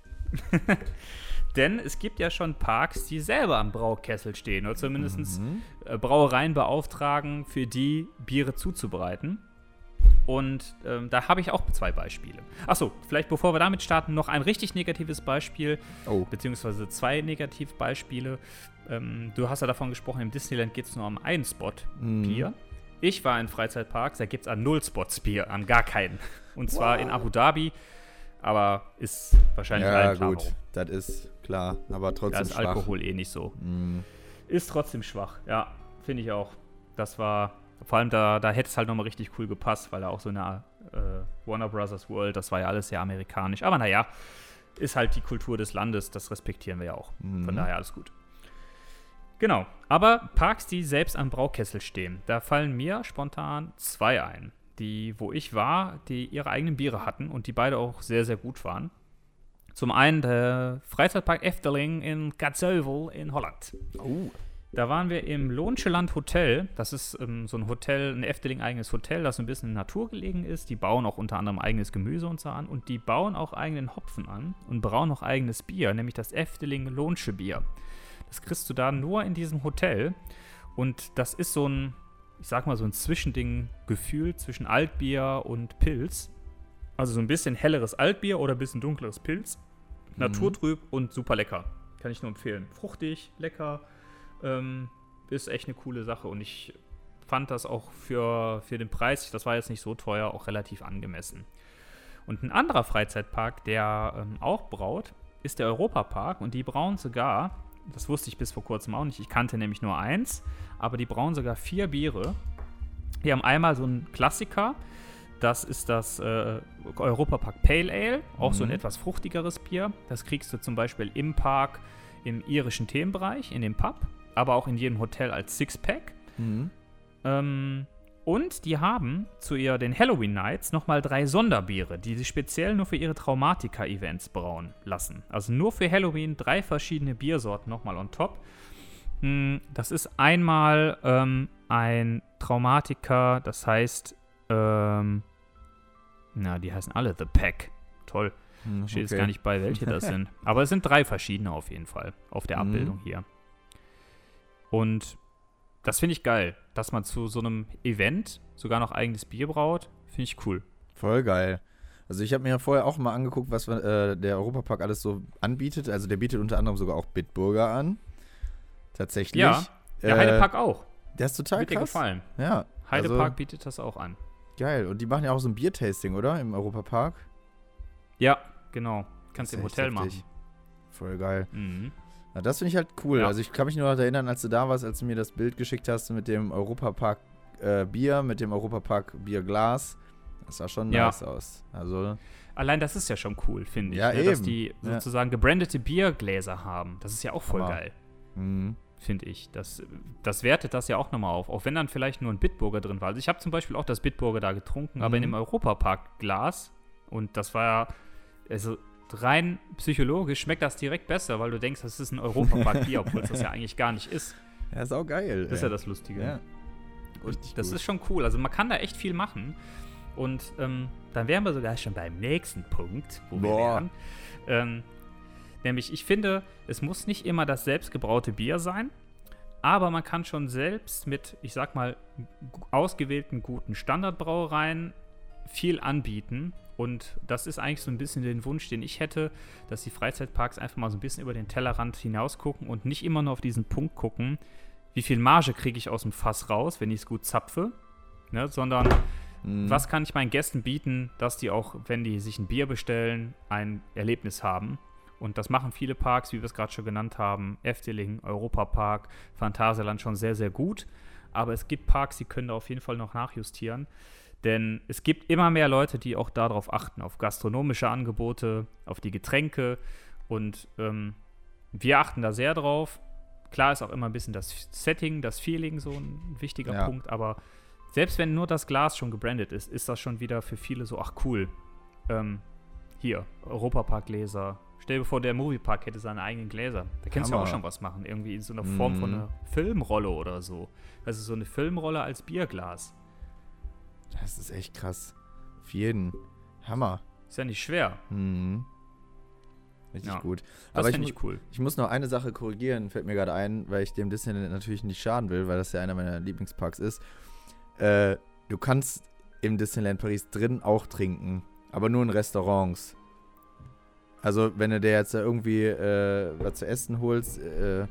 Denn es gibt ja schon Parks, die selber am Braukessel stehen oder zumindest Brauereien beauftragen, für die Biere zuzubereiten. Und da habe ich auch 2 Beispiele. Achso, vielleicht bevor wir damit starten, noch ein richtig negatives Beispiel, beziehungsweise 2 Negativbeispiele. Du hast ja davon gesprochen, im Disneyland geht es nur um einen Spot Bier. Ich war in Freizeitparks, da gibt es an 0 Spots Bier, an gar keinen. Und zwar in Abu Dhabi, aber ist wahrscheinlich allen klar, gut, warum. das ist klar, aber trotzdem Da ist schwach. Alkohol eh nicht so. Ist trotzdem schwach, ja, finde ich auch. Das war, vor allem da hätte es halt nochmal richtig cool gepasst, weil da auch so eine Warner Brothers World, das war ja alles sehr amerikanisch. Aber naja, ist halt die Kultur des Landes, das respektieren wir ja auch. Von daher alles gut. Genau, aber Parks, die selbst am Braukessel stehen, da fallen mir spontan 2 ein, wo ich war, die ihre eigenen Biere hatten und die beide auch sehr, sehr gut waren. Zum einen der Freizeitpark Efteling in Kaatsheuvel in Holland. Da waren wir im Loonscheland Hotel. Das ist so ein Hotel, ein Efteling-eigenes Hotel, das so ein bisschen in der Natur gelegen ist. Die bauen auch unter anderem eigenes Gemüse und so an. Und die bauen auch eigenen Hopfen an und brauen auch eigenes Bier, nämlich das Efteling Loonsche Bier. Das kriegst du da nur in diesem Hotel. Und das ist so ein, ich sag mal, so ein Zwischending gefühlt zwischen Altbier und Pilz. Also so ein bisschen helleres Altbier oder ein bisschen dunkleres Pilz. Naturtrüb und super lecker. Kann ich nur empfehlen. Fruchtig, lecker. Ist echt eine coole Sache. Und ich fand das auch für den Preis, das war jetzt nicht so teuer, auch relativ angemessen. Und ein anderer Freizeitpark, der auch braut, ist der Europapark. Und die brauen sogar, das wusste ich bis vor kurzem auch nicht, ich kannte nämlich nur 1, aber die brauen sogar 4 Biere. Die haben einmal so einen Klassiker, das ist das Europapark Pale Ale, auch so ein etwas fruchtigeres Bier. Das kriegst du zum Beispiel im Park, im irischen Themenbereich, in dem Pub, aber auch in jedem Hotel als Sixpack. Und die haben zu den Halloween Nights nochmal 3 Sonderbiere, die sie speziell nur für ihre Traumatica-Events brauen lassen. Also nur für Halloween 3 verschiedene Biersorten nochmal on top. Das ist einmal ein Traumatica, das heißt, die heißen alle The Pack. Toll. Steht jetzt gar nicht bei, welche das sind. Aber es sind 3 verschiedene auf jeden Fall auf der Abbildung hier. Und das finde ich geil, dass man zu so einem Event sogar noch eigenes Bier braut. Finde ich cool. Voll geil. Also ich habe mir ja vorher auch mal angeguckt, was der Europapark alles so anbietet. Also der bietet unter anderem sogar auch Bitburger an. Tatsächlich. Ja, der Heidepark auch. Der ist total Wird dir krass. gefallen. Ja. Heidepark bietet das auch an. Geil. Und die machen ja auch so ein Biertasting, oder? Im Europapark. Ja, genau. Kannst du im Das ist Hotel echt heftig. machen. Voll geil. Mhm. Na, das finde ich halt cool. Ja. Also ich kann mich nur noch erinnern, als du da warst, als du mir das Bild geschickt hast mit dem Europapark Bier, mit dem Europapark Bierglas. Das sah schon nice aus. Also Allein das ist ja schon cool, finde ich. Ja, ne? Dass eben. die Ja. sozusagen gebrandete Biergläser haben. Das ist ja auch voll Hammer. geil, Mhm. finde ich. Das wertet das ja auch nochmal auf. Auch wenn dann vielleicht nur ein Bitburger drin war. Also ich habe zum Beispiel auch das Bitburger da getrunken, aber in dem Europapark-Glas. Und das war ja, also rein psychologisch schmeckt das direkt besser, weil du denkst, das ist ein Europapark-Bier, obwohl es das ja eigentlich gar nicht ist. Ja, ist auch geil. Das ist ja das Lustige. Ja. Und Richtig das gut. ist schon cool. Also man kann da echt viel machen. Und dann wären wir sogar schon beim nächsten Punkt, wo wir wären. Nämlich, ich finde, es muss nicht immer das selbstgebraute Bier sein, aber man kann schon selbst mit, ich sag mal, ausgewählten guten Standardbrauereien viel anbieten. Und das ist eigentlich so ein bisschen den Wunsch, den ich hätte, dass die Freizeitparks einfach mal so ein bisschen über den Tellerrand hinaus gucken und nicht immer nur auf diesen Punkt gucken, wie viel Marge kriege ich aus dem Fass raus, wenn ich es gut zapfe, ne? Sondern was kann ich meinen Gästen bieten, dass die auch, wenn die sich ein Bier bestellen, ein Erlebnis haben. Und das machen viele Parks, wie wir es gerade schon genannt haben, Efteling, Europapark, Phantasialand schon sehr, sehr gut. Aber es gibt Parks, die können da auf jeden Fall noch nachjustieren. Denn es gibt immer mehr Leute, die auch darauf achten, auf gastronomische Angebote, auf die Getränke. Und wir achten da sehr drauf. Klar ist auch immer ein bisschen das Setting, das Feeling so ein wichtiger Punkt. Aber selbst wenn nur das Glas schon gebrandet ist, ist das schon wieder für viele so, ach cool. Hier, Europapark-Gläser. Stell dir vor, der Moviepark hätte seine eigenen Gläser. Da kannst du ja auch schon was machen. Irgendwie in so einer Form von einer Filmrolle oder so. Also so eine Filmrolle als Bierglas. Das ist echt krass. Auf jeden. Hammer. Ist ja nicht schwer. Richtig gut. Das Aber finde ich cool. Ich muss noch eine Sache korrigieren, fällt mir gerade ein, weil ich dem Disneyland natürlich nicht schaden will, weil das ja einer meiner Lieblingsparks ist. Du kannst im Disneyland Paris drin auch trinken, aber nur in Restaurants. Also, wenn du dir jetzt da irgendwie was zu essen holst, in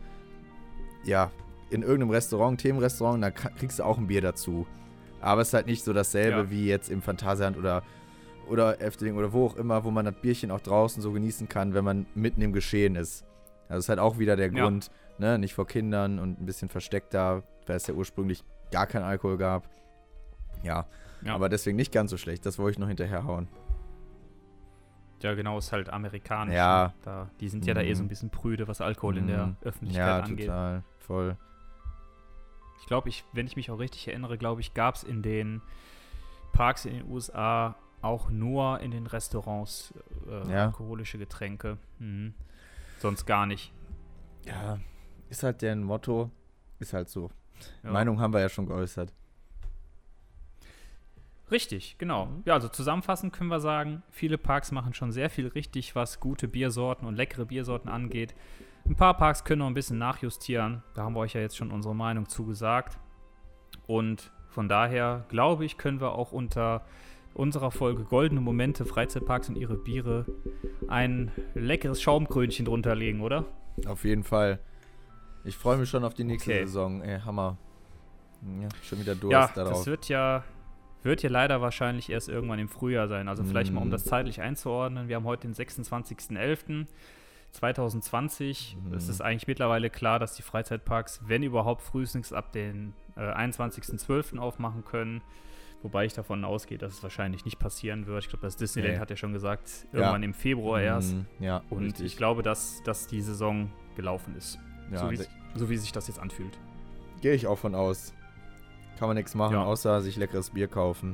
irgendeinem Restaurant, Themenrestaurant, dann kriegst du auch ein Bier dazu. Aber es ist halt nicht so dasselbe wie jetzt im Phantasialand oder Efteling oder wo auch immer, wo man das Bierchen auch draußen so genießen kann, wenn man mitten im Geschehen ist. Also, ist halt auch wieder der Grund, ne, nicht vor Kindern und ein bisschen versteckter, weil es ja ursprünglich gar keinen Alkohol gab. Ja, aber deswegen nicht ganz so schlecht. Das wollte ich noch hinterherhauen. Ja, genau, ist halt amerikanisch. Ja. Ne? Die sind ja da so ein bisschen prüde, was Alkohol in der Öffentlichkeit angeht. Ja, total. Voll. Ich glaube, wenn ich mich auch richtig erinnere, gab es in den Parks in den USA auch nur in den Restaurants alkoholische Getränke. Sonst gar nicht. Ja, ist halt deren Motto. Ist halt so. Ja. Meinung haben wir ja schon geäußert. Richtig, genau. Ja, also zusammenfassend können wir sagen, viele Parks machen schon sehr viel richtig, was gute Biersorten und leckere Biersorten angeht. Ein paar Parks können noch ein bisschen nachjustieren. Da haben wir euch ja jetzt schon unsere Meinung zugesagt. Und von daher, glaube ich, können wir auch unter unserer Folge Goldene Momente, Freizeitparks und ihre Biere ein leckeres Schaumkrönchen drunter legen, oder? Auf jeden Fall. Ich freue mich schon auf die nächste Saison. Ey, Hammer. Ja, schon wieder Durst darauf. Das wird ja leider wahrscheinlich erst irgendwann im Frühjahr sein. Also vielleicht mal, um das zeitlich einzuordnen. Wir haben heute den 26.11.2020. Es ist eigentlich mittlerweile klar, dass die Freizeitparks, wenn überhaupt, frühestens ab den 21.12. aufmachen können. Wobei ich davon ausgehe, dass es wahrscheinlich nicht passieren wird. Ich glaube, das Disneyland hat ja schon gesagt, irgendwann im Februar erst. Ja, und richtig. ich glaube, dass die Saison gelaufen ist. Ja, so wie sich das jetzt anfühlt. Gehe ich auch von aus. Kann man nichts machen, außer sich leckeres Bier kaufen.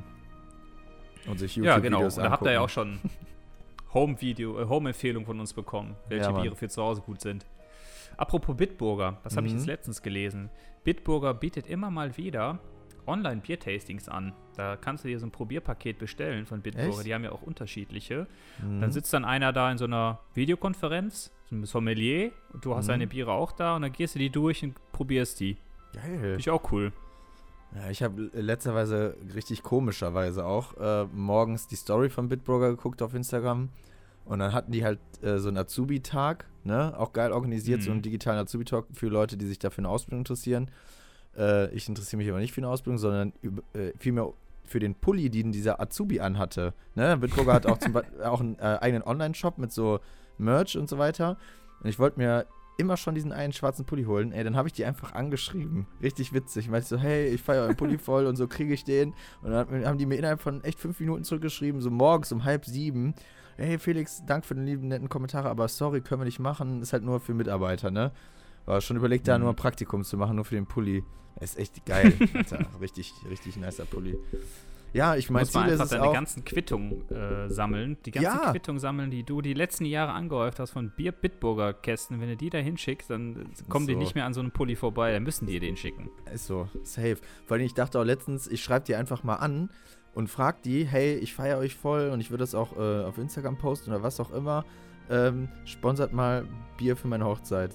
Und sich YouTube-Videos angucken. Und da habt ihr ja auch schon Home-Empfehlung von uns bekommen, welche Biere für zu Hause gut sind. Apropos Bitburger, das habe ich jetzt letztens gelesen. Bitburger bietet immer mal wieder Online-Bier-Tastings an. Da kannst du dir so ein Probierpaket bestellen von Bitburger. Echt? Die haben ja auch unterschiedliche. Dann sitzt dann einer da in so einer Videokonferenz, so ein Sommelier, und du hast deine Biere auch da und dann gehst du die durch und probierst die. Geil. Finde ich auch cool. Ja, ich habe letzterweise, richtig komischerweise auch, morgens die Story von Bitburger geguckt auf Instagram. Und dann hatten die halt so einen Azubi-Tag, ne? Auch geil organisiert, so einen digitalen Azubi-Talk für Leute, die sich dafür eine Ausbildung interessieren. Ich interessiere mich aber nicht für eine Ausbildung, sondern vielmehr für den Pulli, den dieser Azubi anhatte. Ne? Bitburger hat auch auch einen eigenen Online-Shop mit so Merch und so weiter. Und ich wollte mir immer schon diesen einen schwarzen Pulli holen. Ey, dann habe ich die einfach angeschrieben. Richtig witzig. Ich meinte so, hey, ich feiere euren Pulli voll und so kriege ich den. Und dann haben die mir innerhalb von echt 5 Minuten zurückgeschrieben, so morgens um 6:30. Hey Felix, danke für den lieben, netten Kommentare, aber sorry, können wir nicht machen. Ist halt nur für Mitarbeiter, ne? War schon überlegt, da nur ein Praktikum zu machen, nur für den Pulli. Ist echt geil. Alter, richtig, richtig nicer Pulli. Ja, ich meine, Ziel ist es deine auch... ganzen Quittungen sammeln. Die ganzen Quittungen sammeln, die du die letzten Jahre angehäuft hast von Bitburger-Kästen. Wenn du die da hinschickst, dann kommen die nicht mehr an so einem Pulli vorbei. Dann müssen die den schicken. Ist so, safe. Vor allem, ich dachte auch letztens, ich schreibe die einfach mal an und frag die, hey, ich feiere euch voll und ich würde das auch auf Instagram posten oder was auch immer. Sponsert mal Bier für meine Hochzeit.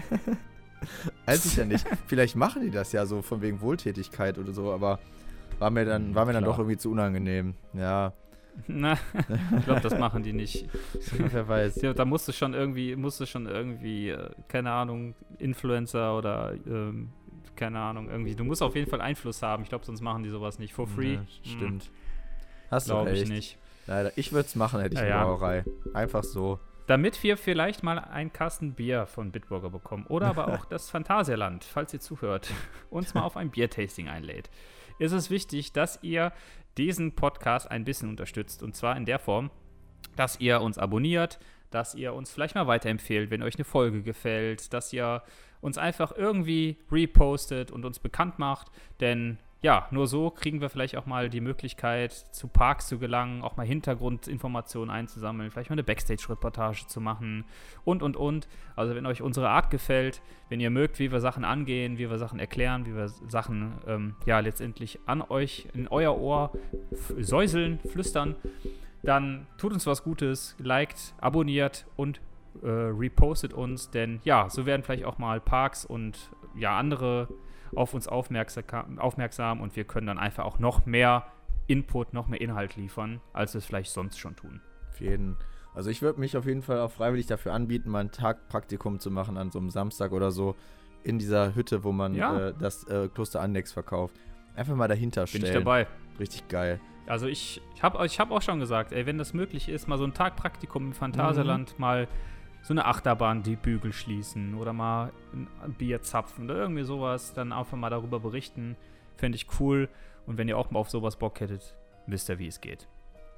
Weiß ich ja nicht. Vielleicht machen die das ja so von wegen Wohltätigkeit oder so, aber war mir dann doch irgendwie zu unangenehm. Ja. Na, ich glaube, das machen die nicht. Wer weiß. Ja, da musst du schon irgendwie, keine Ahnung, Influencer oder keine Ahnung, irgendwie. Du musst auf jeden Fall Einfluss haben. Ich glaube, sonst machen die sowas nicht. For free. Ja, stimmt. Hast du Glaube recht. ich nicht. Leider. Ich würde es machen, hätte ich eine Brauerei. Einfach so. Damit wir vielleicht mal einen Kasten Bier von Bitburger bekommen. Oder aber auch das Phantasialand, falls ihr zuhört, uns mal auf ein Biertasting einlädt. Ist es wichtig, dass ihr diesen Podcast ein bisschen unterstützt. Und zwar in der Form, dass ihr uns abonniert, dass ihr uns vielleicht mal weiterempfehlt, wenn euch eine Folge gefällt, dass ihr uns einfach irgendwie repostet und uns bekannt macht. Denn ja, nur so kriegen wir vielleicht auch mal die Möglichkeit, zu Parks zu gelangen, auch mal Hintergrundinformationen einzusammeln, vielleicht mal eine Backstage-Reportage zu machen und. Also wenn euch unsere Art gefällt, wenn ihr mögt, wie wir Sachen angehen, wie wir Sachen erklären, wie wir Sachen letztendlich an euch, in euer Ohr säuseln, flüstern, dann tut uns was Gutes, liked, abonniert und repostet uns, denn ja, so werden vielleicht auch mal Parks und ja, andere auf uns aufmerksam und wir können dann einfach auch noch mehr Input, noch mehr Inhalt liefern, als wir es vielleicht sonst schon tun. Auf jeden. Also ich würde mich auf jeden Fall auch freiwillig dafür anbieten, mal einen Tag Praktikum zu machen an so einem Samstag oder so in dieser Hütte, wo man das Kloster Annex verkauft. Einfach mal dahinter stellen. Bin ich dabei. Richtig geil. Also ich hab auch schon gesagt, ey, wenn das möglich ist, mal so ein Tag Praktikum im Phantasialand, mal so eine Achterbahn die Bügel schließen oder mal ein Bier zapfen oder irgendwie sowas, dann einfach mal darüber berichten, fände ich cool. Und wenn ihr auch mal auf sowas Bock hättet, wisst ihr, wie es geht.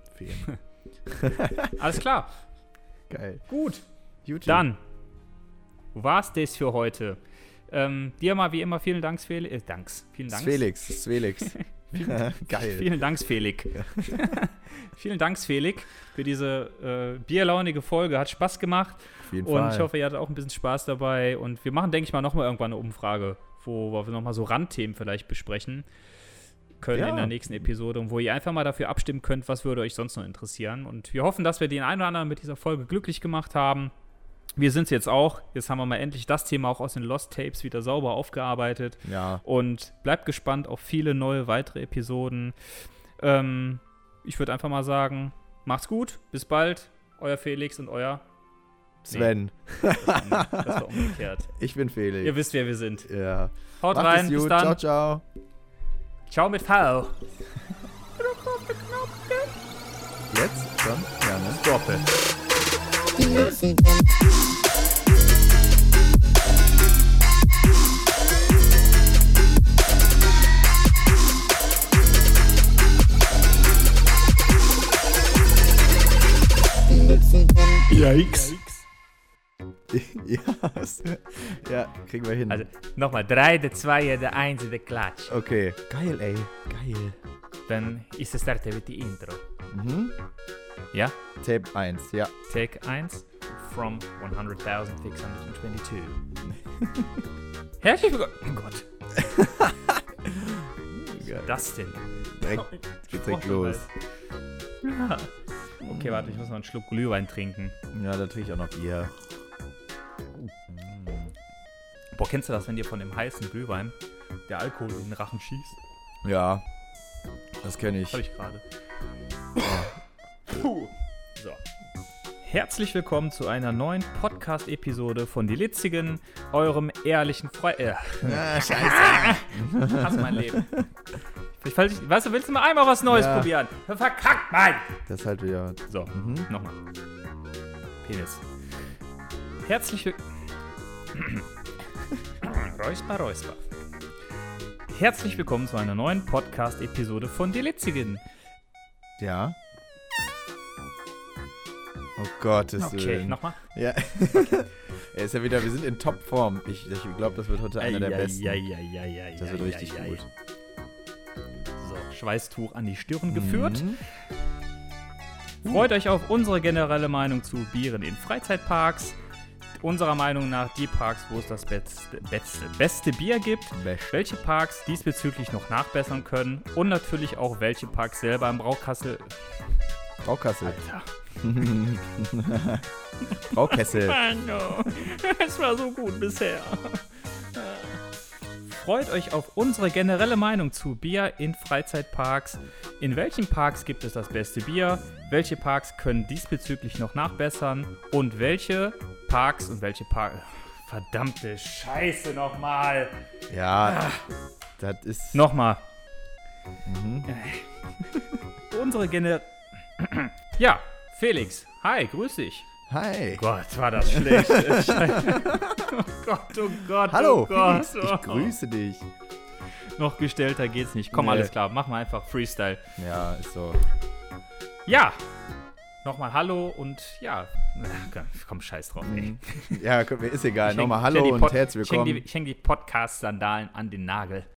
Alles klar. Geil. Gut. YouTube. Dann war's das für heute. Dir mal wie immer vielen Dank, Felix. Vielen Dank. Felix. Geil. Vielen Dank, Felix. Vielen Dank, Felix, für diese bierlaunige Folge. Hat Spaß gemacht. Auf jeden Und Fall. ich hoffe, ihr hattet auch ein bisschen Spaß dabei. Und wir machen, denke ich mal, nochmal irgendwann eine Umfrage, wo wir nochmal so Randthemen vielleicht besprechen können in der nächsten Episode. Und wo ihr einfach mal dafür abstimmen könnt, was würde euch sonst noch interessieren. Und wir hoffen, dass wir den einen oder anderen mit dieser Folge glücklich gemacht haben. Wir sind es jetzt auch. Jetzt haben wir mal endlich das Thema auch aus den Lost Tapes wieder sauber aufgearbeitet. Ja. Und bleibt gespannt auf viele neue weitere Episoden. Ich würde einfach mal sagen, macht's gut, bis bald. Euer Felix und euer Sven. Das war umgekehrt. Ich bin Felix. Ihr wisst, wer wir sind. Ja. Haut Macht rein, es bis gut. dann. Ciao, ciao. Ciao mit V. Jetzt schon? Ja, ne? Doppel. Yikes. Ja, kriegen wir hin. Also nochmal, 3, der 2, der 1, der Klatsch. Okay. Geil, ey. Geil. Dann ist es starte mit die Intro. Mhm. Ja? Tape 1, ja. Take 1 from 100,622. Herzlich willkommen. Oh Gott. Was ist das denn? Direkt los. Ja. Okay, warte, ich muss noch einen Schluck Glühwein trinken. Ja, da trinke ich auch noch Bier. Boah, kennst du das, wenn dir von dem heißen Glühwein der Alkohol in den Rachen schießt? Ja, das kenne ich. Hab ich gerade. Puh. So. Herzlich willkommen zu einer neuen Podcast-Episode von Die Litzigen, eurem ehrlichen Scheiße. Hass mein Leben. Weißt du, willst du mal einmal was Neues probieren? Verkackt, Mann! Das ist halt wieder... So, nochmal. Penis. Herzlich willkommen... Räusper. Herzlich willkommen zu einer neuen Podcast-Episode von Die Litzigen. Ja. Oh Gottes Willen. Okay, nochmal. Ja. Er ist ja wieder, wir sind in Topform. Ich glaube, das wird heute einer der besten. Das wird richtig gut. So, Schweißtuch an die Stirn geführt. Freut euch auf unsere generelle Meinung zu Bieren in Freizeitparks. Unserer Meinung nach die Parks, wo es das beste Bier gibt. Welche Parks diesbezüglich noch nachbessern können. Und natürlich auch, welche Parks selber im Braukassel... Alter. Braukessel. No. Es war so gut bisher. Freut euch auf unsere generelle Meinung zu Bier in Freizeitparks. In welchen Parks gibt es das beste Bier? Welche Parks können diesbezüglich noch nachbessern? Und welche Parks und welche Parks... Verdammte Scheiße nochmal. Ja, das ist... Nochmal. Mhm. Unsere Ja, Felix. Hi, grüß dich. Hi. Gott, war das schlecht. Oh Gott, oh Gott, Hallo, oh Gott. Felix, ich grüße dich. Noch gestellter geht's nicht. Komm, Nee. alles klar, machen wir einfach Freestyle. Ja, ist so. Ja, nochmal Hallo und ja, komm, scheiß drauf, ey. Ja, ist egal. Ich Nochmal häng- Hallo ich häng die und Pod- herzlich willkommen. Ich häng die Podcast-Sandalen an den Nagel.